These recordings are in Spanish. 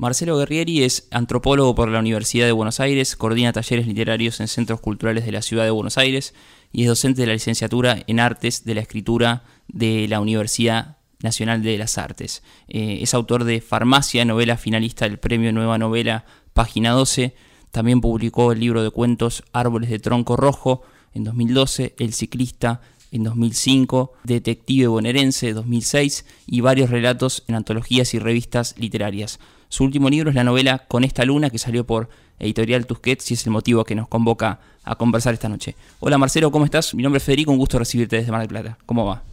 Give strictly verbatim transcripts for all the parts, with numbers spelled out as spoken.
Marcelo Guerrieri es antropólogo por la Universidad de Buenos Aires, coordina talleres literarios en centros culturales de la Ciudad de Buenos Aires y es docente de la licenciatura en Artes de la Escritura de la Universidad Nacional de las Artes. Eh, es autor de Farmacia, novela finalista del Premio Nueva Novela, Página doce. También publicó el libro de cuentos Árboles de Tronco Rojo en dos mil doce, El Ciclista en dos mil cinco, Detective Bonaerense dos mil seis y varios relatos en antologías y revistas literarias. Su último libro es la novela Con esta luna, que salió por Editorial Tusquets y es el motivo que nos convoca a conversar esta noche. Hola Marcelo, ¿cómo estás? Mi nombre es Federico, un gusto recibirte desde Mar del Plata. ¿Cómo va?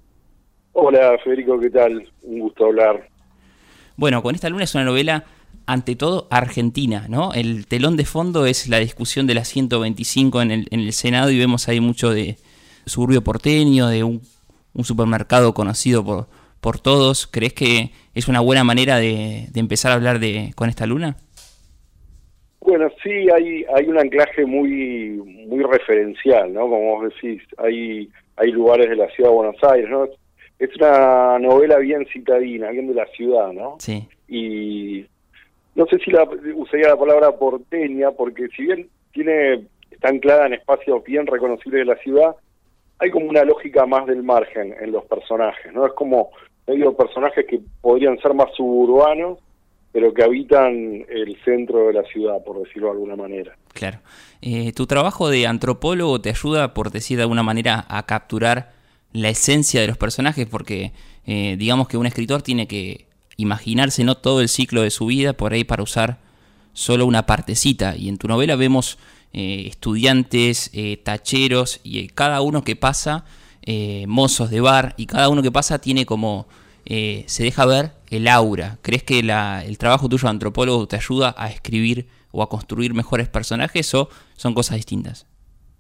Hola Federico, ¿qué tal? Un gusto hablar. Bueno, Con esta luna es una novela, ante todo, argentina, ¿no? El telón de fondo es la discusión de la ciento veinticinco en el, en el Senado y vemos ahí mucho de suburbio porteño, de un, un supermercado conocido por, por todos. ¿Crees que es una buena manera de, de empezar a hablar de Con esta luna? Bueno, sí, hay hay un anclaje muy muy referencial, ¿no? Como vos decís, hay hay lugares de la ciudad de Buenos Aires, ¿no? Es una novela bien citadina, bien de la ciudad, ¿no? Sí. Y no sé si la usaría la palabra porteña, porque si bien tiene está anclada en espacios bien reconocibles de la ciudad, hay como una lógica más del margen en los personajes, ¿no? Es como medio personajes que podrían ser más suburbanos, pero que habitan el centro de la ciudad, por decirlo de alguna manera. Claro. Eh, ¿Tu trabajo de antropólogo te ayuda, por decir de alguna manera, a capturar la esencia de los personajes? Porque eh, digamos que un escritor tiene que imaginarse no todo el ciclo de su vida por ahí para usar solo una partecita. Y en tu novela vemos eh, estudiantes, eh, tacheros, y eh, cada uno que pasa, eh, mozos de bar, y cada uno que pasa tiene como... Eh, se deja ver el aura. ¿Crees que la, el trabajo tuyo de antropólogo te ayuda a escribir o a construir mejores personajes o son cosas distintas?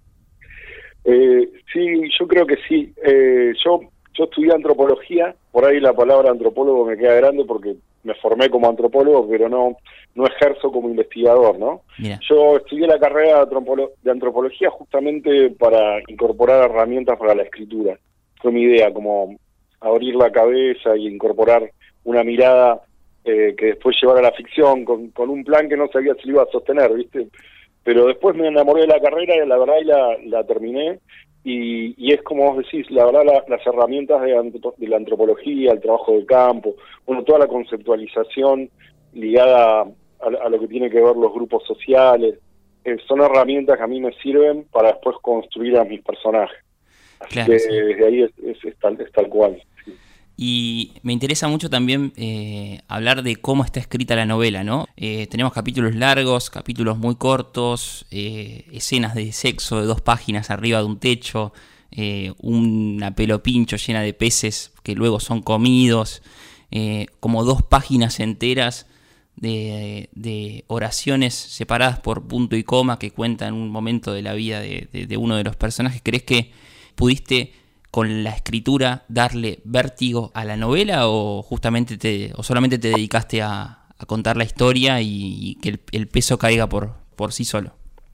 Eh, sí, yo creo que sí. Eh, yo yo estudié antropología, por ahí la palabra antropólogo me queda grande porque me formé como antropólogo, pero no no ejerzo como investigador, ¿no? Mira. Yo estudié la carrera de, antropolo- de antropología justamente para incorporar herramientas para la escritura. Fue mi idea, como abrir la cabeza y incorporar una mirada eh, que después llevara a la ficción, con, con un plan que no sabía si lo iba a sostener, ¿viste? Pero después me enamoré de la carrera y la verdad y la, la terminé, y, y es como vos decís, la verdad la, las herramientas de, de la antropología, el trabajo de campo, bueno, toda la conceptualización ligada a, a lo que tiene que ver los grupos sociales, eh, son herramientas que a mí me sirven para después construir a mis personajes. Así Claro, que sí. desde ahí es, es, es, tal, es tal cual. Sí. Y me interesa mucho también eh, hablar de cómo está escrita la novela, ¿no? Eh, tenemos capítulos largos, capítulos muy cortos, eh, escenas de sexo de dos páginas arriba de un techo, eh, una pelo pincho llena de peces que luego son comidos, eh, como dos páginas enteras de, de oraciones separadas por punto y coma que cuentan un momento de la vida de, de, de uno de los personajes. ¿Crees que pudiste con la escritura darle vértigo a la novela o justamente te o solamente te dedicaste a, a contar la historia y, y que el, el peso caiga por, por sí solo?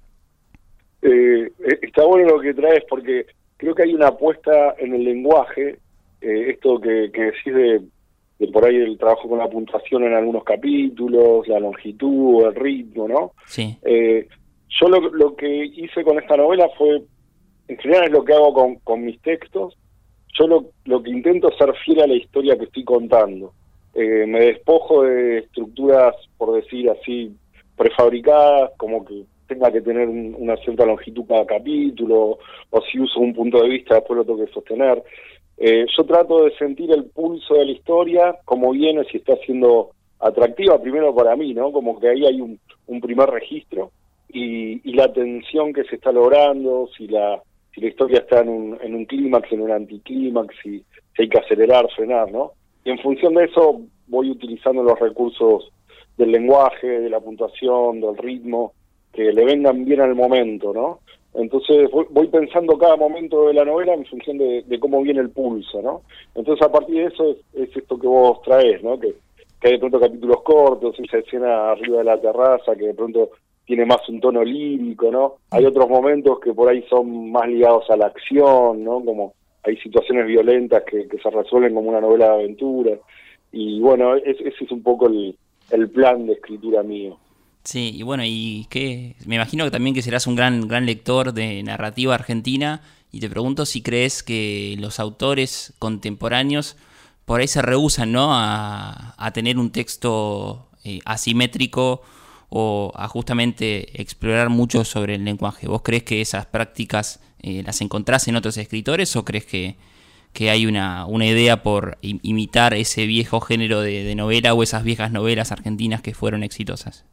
Eh, está bueno lo que traes porque creo que hay una apuesta en el lenguaje, eh, esto que, que decís de, de por ahí el trabajo con la puntuación en algunos capítulos, la longitud, el ritmo, ¿no? Sí. Eh, yo lo, lo que hice con esta novela fue, en general es lo que hago con, con mis textos, yo lo, lo que intento es ser fiel a la historia que estoy contando. Eh, me despojo de estructuras, por decir así, prefabricadas, como que tenga que tener un, una cierta longitud cada capítulo, o si uso un punto de vista después lo tengo que sostener. Eh, yo trato de sentir el pulso de la historia, cómo viene, si está siendo atractiva, primero para mí, ¿no? Como que ahí hay un, un primer registro, y, y la tensión que se está logrando, si la si la historia está en un, en un clímax, en un anticlímax, si, si hay que acelerar, frenar, ¿no? Y en función de eso voy utilizando los recursos del lenguaje, de la puntuación, del ritmo, que le vengan bien al momento, ¿no? Entonces voy pensando cada momento de la novela en función de, de cómo viene el pulso, ¿no? Entonces a partir de eso es, es esto que vos traes, ¿no? Que, que hay de pronto capítulos cortos, esa escena arriba de la terraza, que de pronto tiene más un tono lírico, ¿no? Hay otros momentos que por ahí son más ligados a la acción, ¿no? Como hay situaciones violentas que, que se resuelven como una novela de aventura. Y bueno, es, ese es un poco el, el plan de escritura mío. Sí, y bueno, y que me imagino que también que serás un gran, gran lector de narrativa argentina, y te pregunto si crees que los autores contemporáneos por ahí se rehúsan, ¿no?, a, a tener un texto eh, asimétrico o a justamente explorar mucho sobre el lenguaje. ¿Vos crees que esas prácticas eh, las encontrás en otros escritores o crees que, que hay una, una idea por im- imitar ese viejo género de, de novela o esas viejas novelas argentinas que fueron exitosas?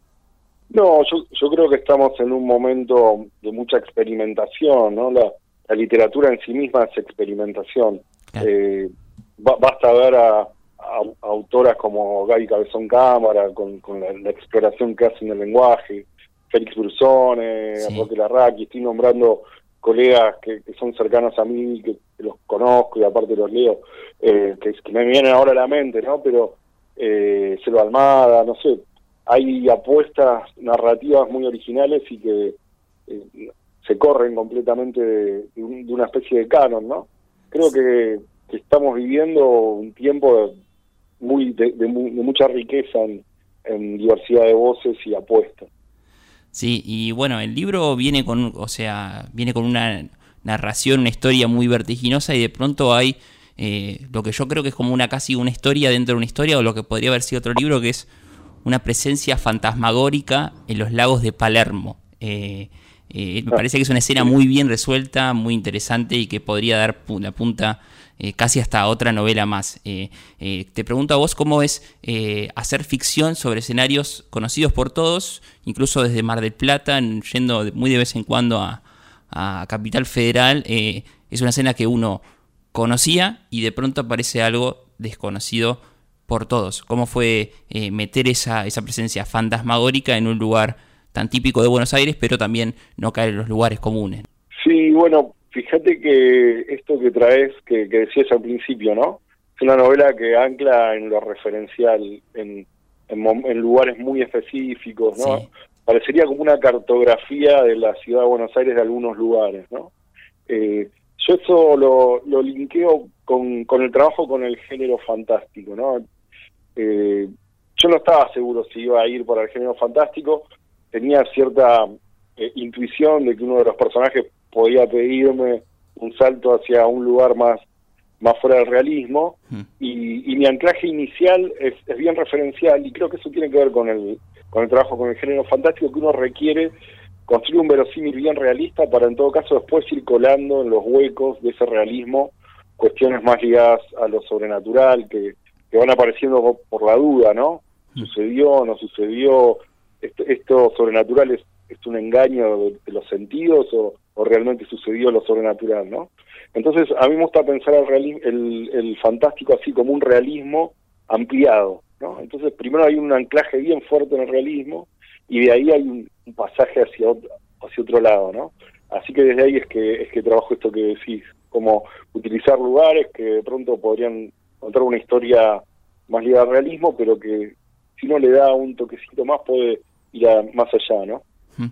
No, yo, yo creo que estamos en un momento de mucha experimentación, ¿no? La, la literatura en sí misma es experimentación. Claro. Eh, ba- basta ver a, a, a autoras como Gaby Cabezón Cámara, con, con la, la exploración que hacen del lenguaje, Félix Brusone, Sí. Roque Larraqui, estoy nombrando colegas que, que son cercanos a mí, que, que los conozco y aparte los leo, eh, que, que me vienen ahora a la mente, ¿no? Pero eh, Selva Almada, no sé, hay apuestas narrativas muy originales y que eh, se corren completamente de, de, un, de una especie de canon, ¿no? Creo que, que estamos viviendo un tiempo de, muy de, de, de mucha riqueza en, en diversidad de voces y apuestas. Sí, y bueno, el libro viene con, o sea, viene con una narración, una historia muy vertiginosa y de pronto hay eh, lo que yo creo que es como una casi una historia dentro de una historia o lo que podría haber sido otro libro, que es una presencia fantasmagórica en los lagos de Palermo. Eh, eh, me parece que es una escena muy bien resuelta, muy interesante y que podría dar la punta eh, casi hasta otra novela más. Eh, eh, te pregunto a vos cómo es eh, hacer ficción sobre escenarios conocidos por todos, incluso desde Mar del Plata, yendo muy de vez en cuando a, a Capital Federal. Eh, es una escena que uno conocía y de pronto aparece algo desconocido por todos. ¿Cómo fue eh, meter esa, esa presencia fantasmagórica en un lugar tan típico de Buenos Aires, pero también no caer en los lugares comunes? Sí, bueno, fíjate que esto que traes, que, que decías al principio, ¿no? Es una novela que ancla en lo referencial, en, en, en lugares muy específicos, ¿no? Sí. Parecería como una cartografía de la ciudad de Buenos Aires de algunos lugares, ¿no? Eh, yo eso lo, lo linkeo con, con el trabajo con el género fantástico, ¿no? Eh, yo no estaba seguro si iba a ir por el género fantástico, tenía cierta eh, intuición de que uno de los personajes podía pedirme un salto hacia un lugar más, más fuera del realismo, mm. y, y mi anclaje inicial es, es bien referencial, y creo que eso tiene que ver con el, con el trabajo con el género fantástico, que uno requiere construir un verosímil bien realista para en todo caso después ir colando en los huecos de ese realismo cuestiones más ligadas a lo sobrenatural, que, que van apareciendo por la duda, ¿no? ¿Sucedió, no sucedió? ¿Esto, esto sobrenatural es, es un engaño de, de los sentidos o, o realmente sucedió lo sobrenatural, ¿no? Entonces, a mí me gusta pensar el, realismo, el, el fantástico así como un realismo ampliado, ¿no? Entonces, primero hay un anclaje bien fuerte en el realismo y de ahí hay un, un pasaje hacia otro, hacia otro lado, ¿no? Así que desde ahí es que es que trabajo esto que decís, como utilizar lugares que de pronto podrían contar una historia más ligada al realismo, pero que si uno le da un toquecito más puede ir a, más allá, ¿no?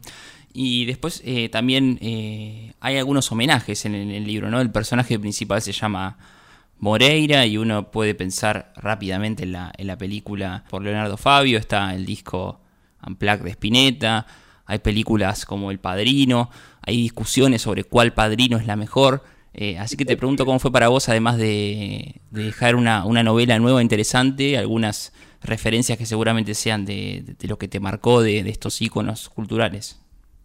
Y después eh, también eh, hay algunos homenajes en el, en el libro, ¿no? El personaje principal se llama Moreira y uno puede pensar rápidamente en la, en la película por Leonardo Fabio, está el disco Unplugged de Spinetta, hay películas como El Padrino, hay discusiones sobre cuál padrino es la mejor. Eh, así que te pregunto cómo fue para vos, además de, de dejar una, una novela nueva, interesante, algunas referencias que seguramente sean de, de, de lo que te marcó de, de estos íconos culturales.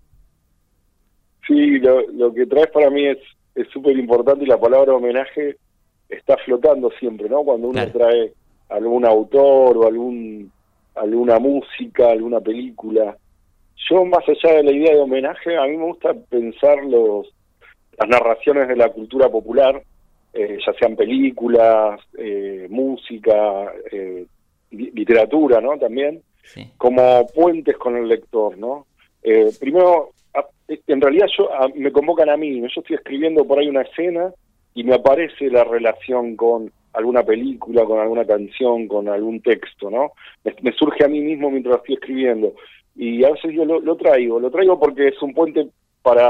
Sí, lo, lo que traes para mí es es súper importante y la palabra homenaje está flotando siempre, ¿no? Cuando uno claro. trae algún autor o algún alguna música, alguna película. Yo, más allá de la idea de homenaje, a mí me gusta pensar los las narraciones de la cultura popular, eh, ya sean películas, eh, música, eh, literatura, ¿no? También, sí. como puentes con el lector, ¿no? Eh, primero, a, en realidad yo a, me convocan a mí, ¿no? Yo estoy escribiendo por ahí una escena y me aparece la relación con alguna película, con alguna canción, con algún texto, ¿no? Me, me surge a mí mismo mientras estoy escribiendo. Y a veces yo lo, lo traigo, lo traigo porque es un puente para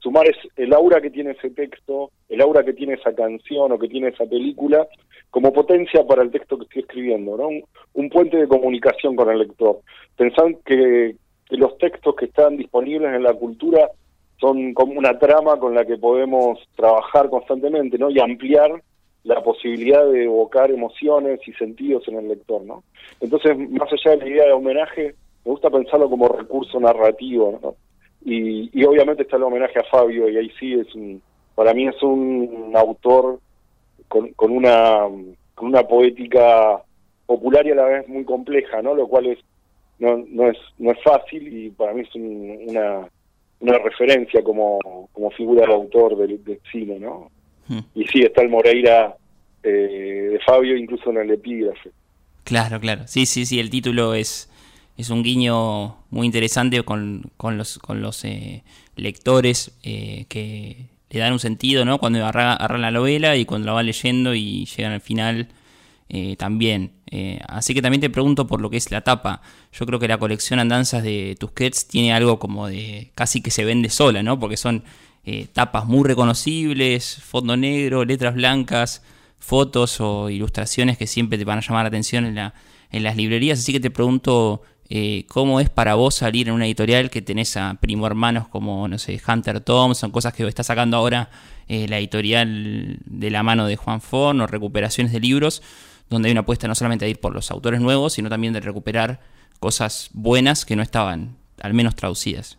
sumar es el aura que tiene ese texto, el aura que tiene esa canción o que tiene esa película, como potencia para el texto que estoy escribiendo, ¿no? Un, un puente de comunicación con el lector. Pensar que, que los textos que están disponibles en la cultura son como una trama con la que podemos trabajar constantemente, ¿no? Y ampliar la posibilidad de evocar emociones y sentidos en el lector, ¿no? Entonces, más allá de la idea de homenaje, me gusta pensarlo como recurso narrativo, ¿no? Y, y obviamente está el homenaje a Fabio, y ahí sí es un, para mí es un autor con, con una con una poética popular y a la vez muy compleja, ¿no? Lo cual es no no es no es fácil, y para mí es un, una una referencia como como figura de autor del, del cine, ¿no? Hmm. Y sí, está el Moreira eh, de Fabio incluso en el epígrafe. Claro, claro. Sí, sí, sí, el título es es un guiño muy interesante con, con los con los eh, lectores eh, que le dan un sentido, ¿no? Cuando agarran agarra la novela y cuando la van leyendo y llegan al final eh, también. Eh, así que también te pregunto por lo que es la tapa. Yo creo que la colección Andanzas de Tusquets tiene algo como de casi que se vende sola, ¿no? Porque son eh, tapas muy reconocibles, fondo negro, letras blancas, fotos o ilustraciones que siempre te van a llamar la atención en, la, en las librerías. Así que te pregunto eh, cómo es para vos salir en una editorial que tenés a primo hermanos como, no sé, Hunter Thompson, cosas que está sacando ahora eh, la editorial de la mano de Juan Forn, o recuperaciones de libros, donde hay una apuesta no solamente de ir por los autores nuevos, sino también de recuperar cosas buenas que no estaban, al menos, traducidas.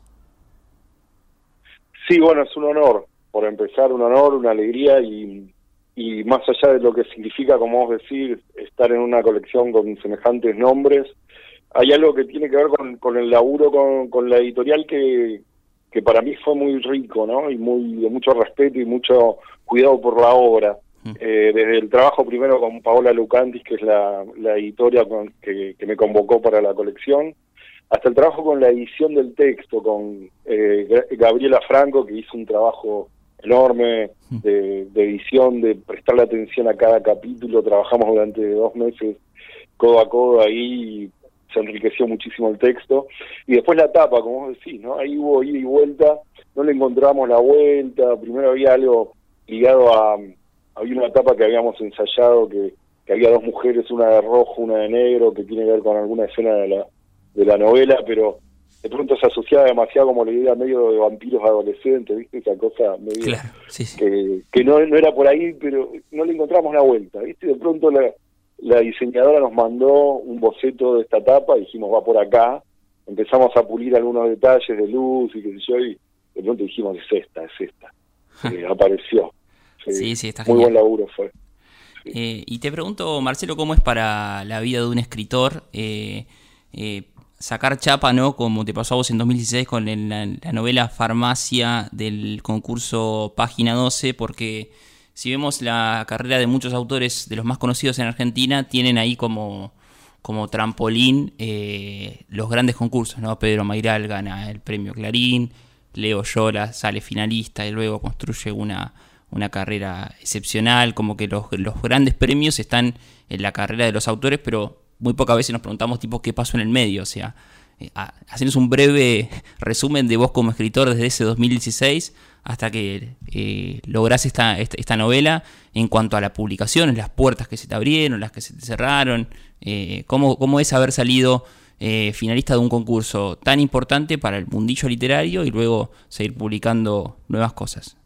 Sí, bueno, es un honor, por empezar, un honor, una alegría, y, y más allá de lo que significa, como vos decís, estar en una colección con semejantes nombres, hay algo que tiene que ver con, con el laburo con, con la editorial que, que para mí fue muy rico, ¿no? Y muy de mucho respeto y mucho cuidado por la obra. Eh, desde el trabajo primero con Paola Lucantis, que es la, la editora con, que, que me convocó para la colección, hasta el trabajo con la edición del texto, con eh, Gabriela Franco, que hizo un trabajo enorme de, de edición, de prestarle atención a cada capítulo. Trabajamos durante dos meses codo a codo ahí, y se enriqueció muchísimo el texto. Y después la tapa, como vos decís, ¿no? Ahí hubo ida y vuelta, no le encontramos la vuelta. Primero había algo ligado a... Había una etapa que habíamos ensayado que, que había dos mujeres, una de rojo, una de negro, que tiene que ver con alguna escena de la, de la novela, pero de pronto se asociaba demasiado como la idea medio de vampiros adolescentes, ¿viste? Esa cosa medio claro, sí, sí. que, que no, no era por ahí, pero no le encontramos la vuelta, ¿viste? De pronto la, la diseñadora nos mandó un boceto de esta etapa y dijimos, va por acá. Empezamos a pulir algunos detalles de luz y qué sé yo, y de pronto dijimos, es esta, es esta. eh, apareció. Sí, sí, está muy genial. buen laburo fue. Sí. Eh, y te pregunto, Marcelo, ¿cómo es para la vida de un escritor eh, eh, sacar chapa, ¿no? Como te pasó a vos en dos mil dieciséis con el, la, la novela Farmacia del concurso Página doce? Porque si vemos la carrera de muchos autores, de los más conocidos en Argentina, tienen ahí como, como trampolín eh, los grandes concursos, ¿no? Pedro Mairal gana el premio Clarín, Leo Yola sale finalista y luego construye una... una carrera excepcional, como que los, los grandes premios están en la carrera de los autores, pero muy pocas veces nos preguntamos tipo qué pasó en el medio. O sea, eh, hacernos un breve resumen de vos como escritor desde ese dos mil dieciséis hasta que eh, lográs esta, esta, esta novela, en cuanto a la publicación, las puertas que se te abrieron, las que se te cerraron, eh, cómo, cómo es haber salido eh, finalista de un concurso tan importante para el mundillo literario y luego seguir publicando nuevas cosas.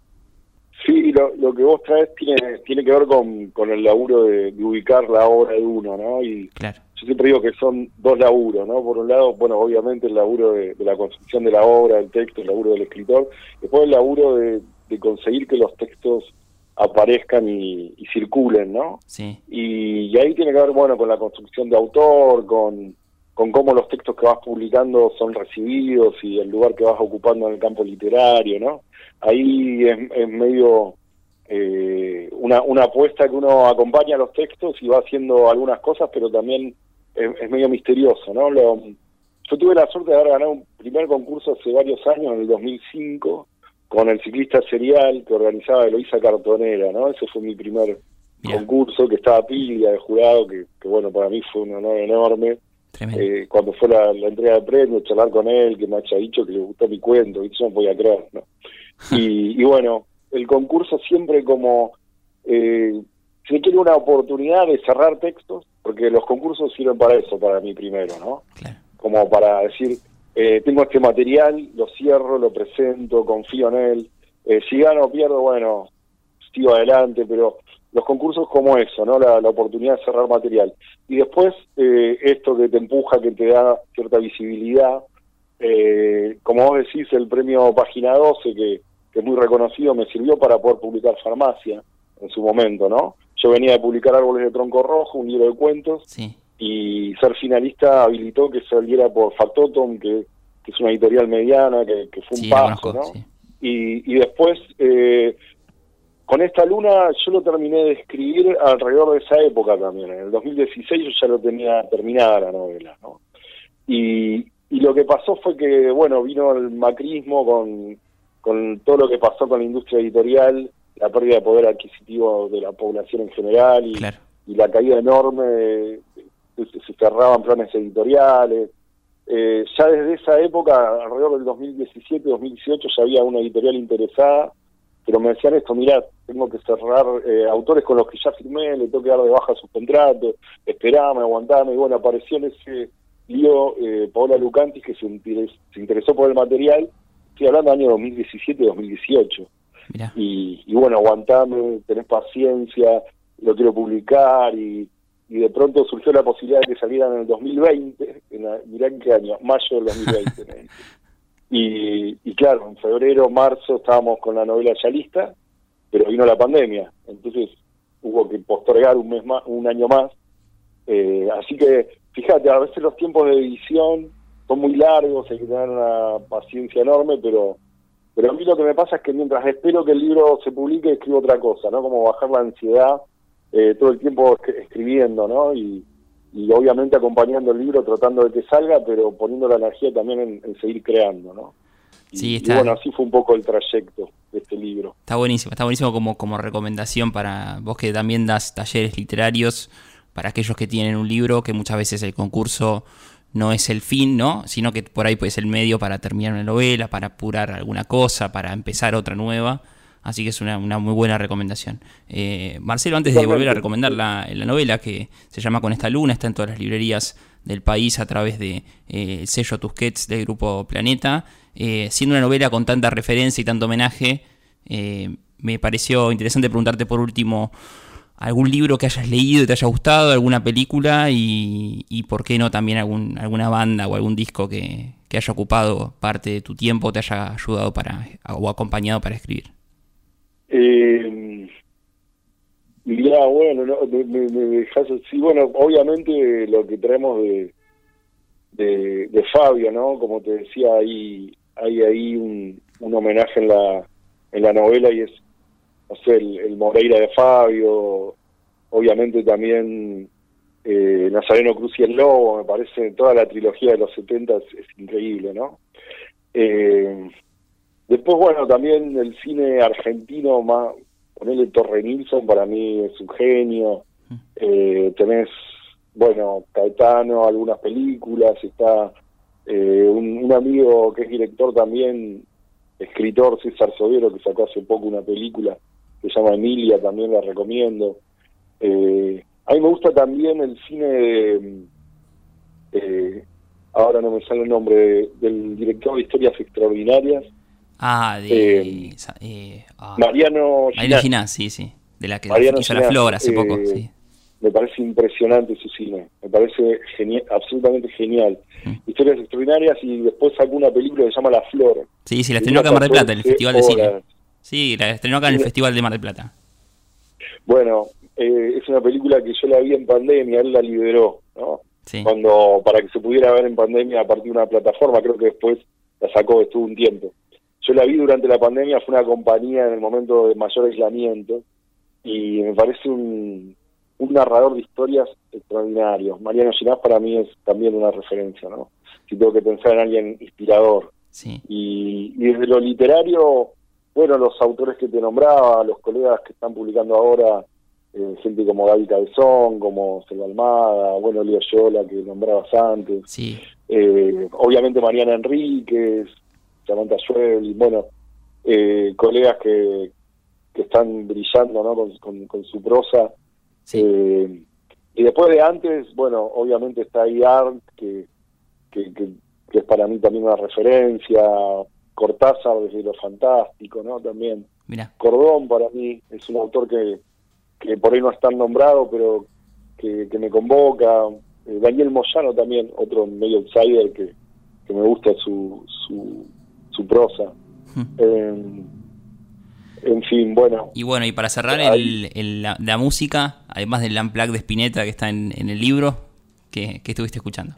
Sí, lo, lo que vos traes tiene tiene que ver con, con el laburo de, de ubicar la obra de uno, ¿no? Y claro. Yo siempre digo que son dos laburos, ¿no? Por un lado, bueno, obviamente el laburo de, de la construcción de la obra, del texto, el laburo del escritor, después el laburo de, de conseguir que los textos aparezcan y, y circulen, ¿no? Sí. Y, y ahí tiene que ver, bueno, con la construcción de autor, con, con cómo los textos que vas publicando son recibidos y el lugar que vas ocupando en el campo literario, ¿no? Ahí es, es medio eh, una, una apuesta que uno acompaña a los textos y va haciendo algunas cosas, pero también es, es medio misterioso, ¿no? Lo, yo tuve la suerte de haber ganado un primer concurso hace varios años, en el dos mil cinco, con el ciclista serial que organizaba Eloísa Cartonera, ¿no? Ese fue mi primer yeah. concurso, que estaba Pilia de jurado, que, que bueno, para mí fue un honor enorme. Eh, cuando fue la, la entrega de premios, charlar con él, que me haya dicho que le gustó mi cuento, y eso no podía creer, ¿no? Y, y bueno, el concurso siempre como, eh, si quiere una oportunidad de cerrar textos, porque los concursos sirven para eso, para mí primero, ¿no? Claro. Como para decir, eh, tengo este material, lo cierro, lo presento, confío en él, eh, si gano o pierdo, bueno, sigo adelante, pero los concursos como eso, ¿no? La, la oportunidad de cerrar material. Y después, eh, esto que te empuja, que te da cierta visibilidad, eh, como vos decís, el premio Página doce, que, que es muy reconocido, me sirvió para poder publicar Farmacia en su momento, ¿no? Yo venía de publicar Árboles de Tronco Rojo, un libro de cuentos, Sí. y ser finalista habilitó que saliera por Factotum, que, que es una editorial mediana, que, que fue un Sí, la paso, conozco, ¿no? sí. Y, y después, eh, con esta luna, yo lo terminé de escribir alrededor de esa época también. En el dos mil dieciséis yo ya lo tenía terminada la novela, ¿no? Y, y lo que pasó fue que, bueno, vino el macrismo con, con todo lo que pasó con la industria editorial, la pérdida de poder adquisitivo de la población en general y, Claro. y la caída enorme, de, de, se cerraban planes editoriales. Eh, ya desde esa época, alrededor del dos mil diecisiete, dos mil dieciocho, ya había una editorial interesada, pero me decían esto: mirá, tengo que cerrar eh, autores con los que ya firmé, le tengo que dar de baja sus contratos, esperame, aguantame. Y bueno, apareció en ese lío eh, Paola Lucantis, que se, interes, se interesó por el material. Estoy hablando del año dos mil diecisiete, dos mil dieciocho. Mirá. Y, y bueno, aguantame, tenés paciencia, lo quiero publicar. Y, y de pronto surgió la posibilidad de que saliera en el dos mil veinte, en la, mirá en qué año, mayo del dos mil veinte. Y, y claro, en febrero, marzo estábamos con la novela ya lista, pero vino la pandemia, entonces hubo que postergar un mes más, un año más. Eh, así que, fíjate, a veces los tiempos de edición son muy largos, hay que tener una paciencia enorme, pero pero a mí lo que me pasa es que mientras espero que el libro se publique, escribo otra cosa, ¿no? Como bajar la ansiedad, eh, todo el tiempo escribiendo, ¿no? Y, y obviamente acompañando el libro, tratando de que salga, pero poniendo la energía también en, en seguir creando, ¿no? Y, Sí, está, y bueno, así fue un poco el trayecto de este libro. Está buenísimo, está buenísimo como, como recomendación para vos que también das talleres literarios, para aquellos que tienen un libro, que muchas veces el concurso no es el fin, ¿no? Sino que por ahí pues, es el medio para terminar una novela, para apurar alguna cosa, para empezar otra nueva. Así que es una, una muy buena recomendación. Eh, Marcelo, antes de volver a recomendar la, la novela, que se llama Con esta luna, está en todas las librerías del país a través de eh, el sello Tusquets del Grupo Planeta, eh, siendo una novela con tanta referencia y tanto homenaje, eh, me pareció interesante preguntarte por último algún libro que hayas leído y te haya gustado, alguna película y, y por qué no también algún, alguna banda o algún disco que, que haya ocupado parte de tu tiempo, te haya ayudado para o acompañado para escribir. Eh, ya, bueno, no, me, me, me dejas así. Bueno, obviamente lo que traemos de, de, de Fabio, ¿no? Como te decía, hay, hay ahí un, un homenaje en la, en la novela y es, no sé, el, el Moreira de Fabio, obviamente también eh, Nazareno Cruz y el Lobo, me parece, toda la trilogía de los setenta es, es increíble, ¿no? Eh, después, bueno, también el cine argentino, más, ponerle Torre Nilsson, para mí es un genio. Eh, tenés, bueno, Caetano, algunas películas, está eh, un, un amigo que es director también, escritor, César Sobero, que sacó hace poco una película que se llama Emilia, también la recomiendo. Eh, a mí me gusta también el cine de, eh, ahora no me sale el nombre, de, del director de Historias Extraordinarias. Ah, de eh, eh, ah, Mariano Mariano Ginás, sí, sí, de la que Mariano hizo Ginás, La Flor hace eh, poco, sí. Me parece impresionante su cine, me parece genial, absolutamente genial. Mm. Historias Extraordinarias, y después sacó una película que se llama La Flor. Sí, sí, la estrenó acá en Mar del Plata, el Festival de Cine. Sí, la estrenó acá en el Festival de Mar del Plata. Bueno, eh, es una película que yo la vi en pandemia, él la liberó, ¿no? Sí. Cuando, para que se pudiera ver en pandemia a partir de una plataforma, creo que después la sacó, estuvo un tiempo. Yo la vi durante la pandemia, fue una compañía en el momento de mayor aislamiento, y me parece un, un narrador de historias extraordinario. Mariano Ginás para mí es también una referencia, ¿no? Si tengo que pensar en alguien inspirador. Sí. Y, y desde lo literario, bueno, los autores que te nombraba, los colegas que están publicando ahora, eh, gente como David Cabezón, como Selva Almada, bueno, Leo Yola, que nombrabas antes. Sí. Eh, obviamente Mariana Enríquez, Samantha Schwebel, y bueno, eh, colegas que, que están brillando, ¿no? con, con, con su prosa. Sí. Eh, y después de antes, bueno, obviamente está Art, que, que, que, que es para mí también una referencia. Cortázar, desde lo fantástico, ¿no? También. Mirá. Cordón, para mí, es un autor que, que por ahí no es tan nombrado, pero que, que me convoca. Eh, Daniel Moyano también, otro medio outsider que, que me gusta su, su, su prosa. Hmm. Eh, en fin, bueno. Y bueno, y para cerrar, el, el, la, la música, además del Unplugged de Spinetta que está en, en el libro, ¿qué, qué estuviste escuchando?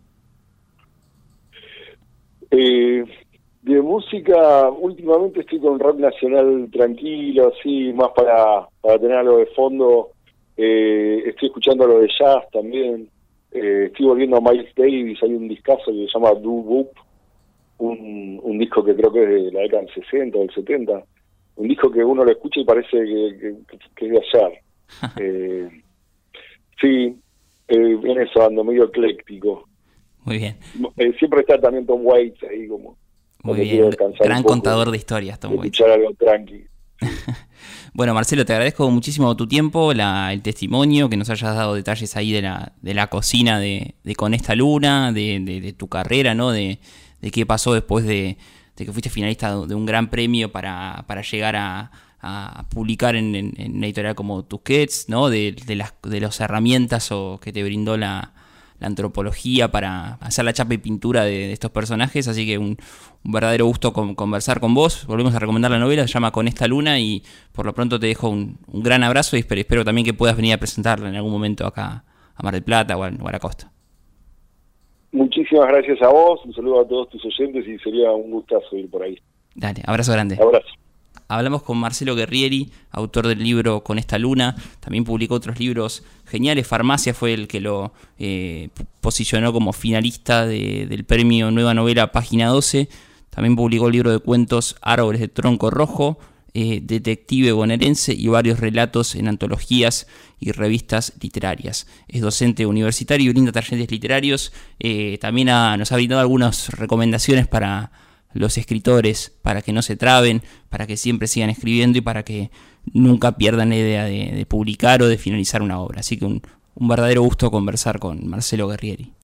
Eh, de música, últimamente estoy con rock nacional tranquilo, así, más para, para tener algo de fondo. Eh, estoy escuchando lo de jazz también. Eh, estoy volviendo a Miles Davis, hay un discazo que se llama Do Boop, un, un disco que creo que es de la década del sesenta o del setenta. Un disco que uno lo escucha y parece que, que, que es de ayer. eh, sí, eh, en eso ando, medio ecléctico. Muy bien. Eh, siempre está también Tom Waits ahí como... Muy bien, gran contador de historias, Tom Waits. Escuchar algo tranqui. Bueno, Marcelo, te agradezco muchísimo tu tiempo, la, el testimonio, que nos hayas dado detalles ahí de la, de la cocina de, de Con esta Luna, de, de, de tu carrera, ¿no? De, de qué pasó después de, de que fuiste finalista de un gran premio para, para llegar a, a publicar en, en, en una editorial como Tusquets, ¿no? De, de, las, de las herramientas o que te brindó la, la antropología para hacer la chapa y pintura de, de estos personajes, así que un, un verdadero gusto con, conversar con vos. Volvemos a recomendar la novela, se llama Con esta Luna, y por lo pronto te dejo un, un gran abrazo y espero, espero también que puedas venir a presentarla en algún momento acá a Mar del Plata o a, o a la costa. Muchísimas gracias a vos, un saludo a todos tus oyentes y sería un gustazo ir por ahí. Dale, abrazo grande. Abrazo. Hablamos con Marcelo Guerrieri, autor del libro Con esta Luna. También publicó otros libros geniales. Farmacia fue el que lo eh, posicionó como finalista de, del premio Nueva Novela Página doce. También publicó el libro de cuentos Árboles de Tronco Rojo, eh, Detective Bonaerense y varios relatos en antologías y revistas literarias. Es docente universitario y brinda talleres literarios. Eh, también ha, nos ha brindado algunas recomendaciones para los escritores, para que no se traben, para que siempre sigan escribiendo y para que nunca pierdan la idea de, de publicar o de finalizar una obra. Así que un, un verdadero gusto conversar con Marcelo Guerrieri.